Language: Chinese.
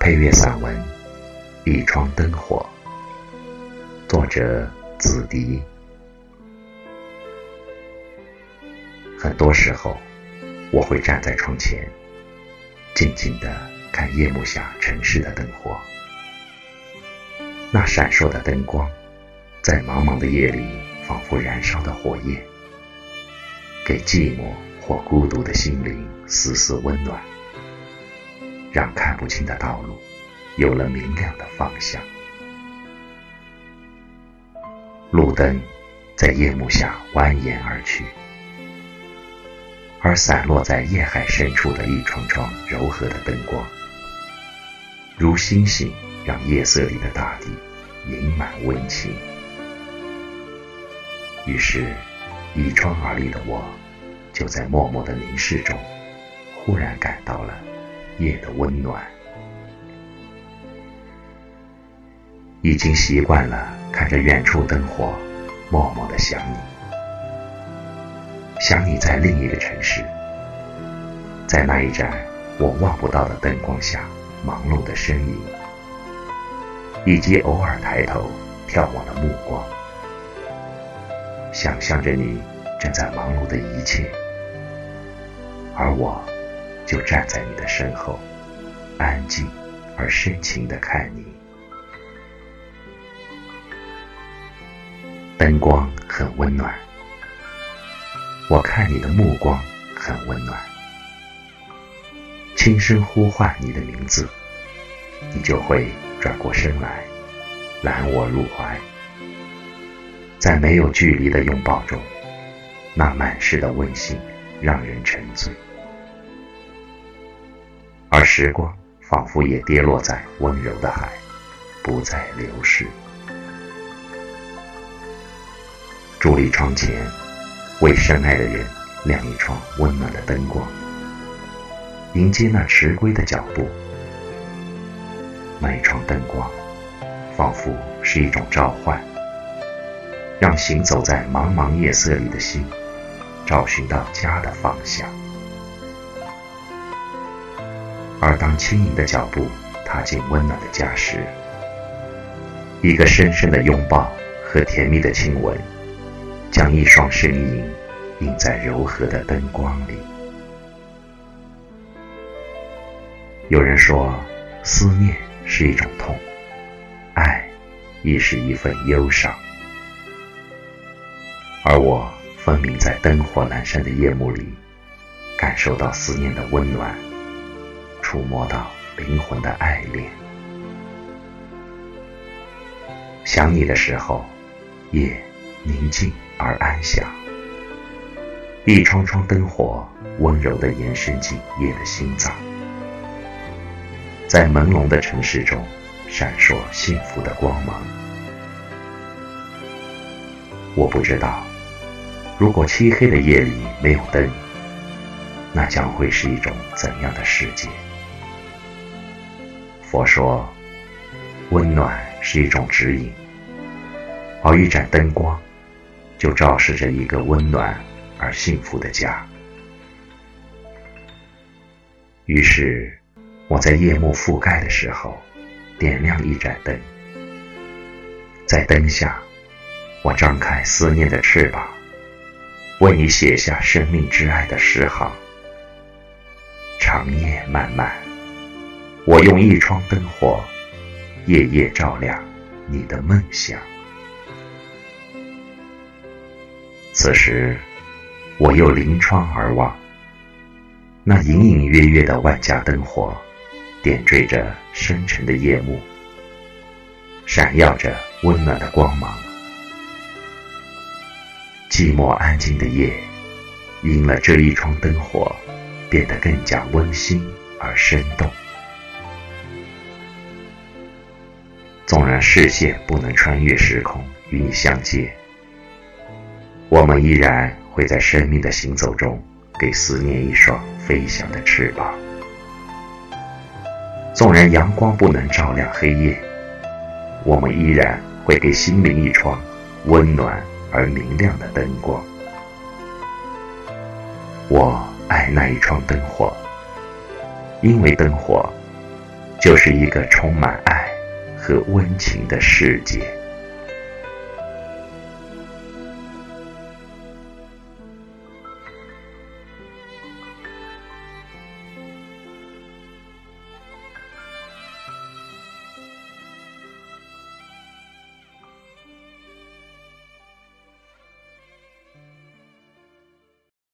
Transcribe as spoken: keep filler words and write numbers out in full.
配乐散文《一窗灯火》，作者子迪。很多时候，我会站在窗前，静静地看夜幕下城市的灯火。那闪烁的灯光，在茫茫的夜里仿佛燃烧的火焰，给寂寞或孤独的心灵丝丝温暖，让看不清的道路有了明亮的方向。路灯在夜幕下蜿蜒而去，而散落在夜海深处的一幢幢柔和的灯光，如星星，让夜色里的大地盈满温情。于是倚窗而立的我，就在默默的凝视中，忽然感到了夜的温暖。已经习惯了看着远处灯火，默默的想你，想你在另一个城市，在那一盏我望不到的灯光下忙碌的身影，以及偶尔抬头眺望的目光，想象着你正在忙碌的一切，而我就站在你的身后，安静而深情地看你。灯光很温暖，我看你的目光很温暖，轻声呼唤你的名字，你就会转过身来，揽我入怀。在没有距离的拥抱中，那满是的温馨让人沉醉，而时光仿佛也跌落在温柔的海，不再流逝。伫立窗前，为深爱的人亮一窗温暖的灯光，迎接那迟归的脚步。那一窗灯光仿佛是一种召唤，让行走在茫茫夜色里的心找寻到家的方向。而当轻盈的脚步踏进温暖的家时，一个深深的拥抱和甜蜜的亲吻，将一双身影映在柔和的灯光里。有人说，思念是一种痛，爱亦是一份忧伤。而我分明在灯火阑珊的夜幕里，感受到思念的温暖，触摸到灵魂的爱恋。想你的时候，夜宁静而安详，一窗窗灯火温柔地延伸进夜的心脏，在朦胧的城市中闪烁幸福的光芒。我不知道，如果漆黑的夜里没有灯，那将会是一种怎样的世界？佛说，温暖是一种指引，而一盏灯光就昭示着一个温暖而幸福的家。于是我在夜幕覆盖的时候点亮一盏灯，在灯下我张开思念的翅膀，为你写下生命之爱的诗行。长夜漫漫，我用一窗灯火夜夜照亮你的梦想。此时我又临窗而望，那隐隐约约的万家灯火点缀着深沉的夜幕，闪耀着温暖的光芒。寂寞安静的夜，因了这一窗灯火，变得更加温馨而生动。纵然视线不能穿越时空与你相接，我们依然会在生命的行走中给思念一双飞翔的翅膀。纵然阳光不能照亮黑夜，我们依然会给心灵一窗温暖而明亮的灯光。我爱那一窗灯火，因为灯火就是一个充满爱和温情的世界。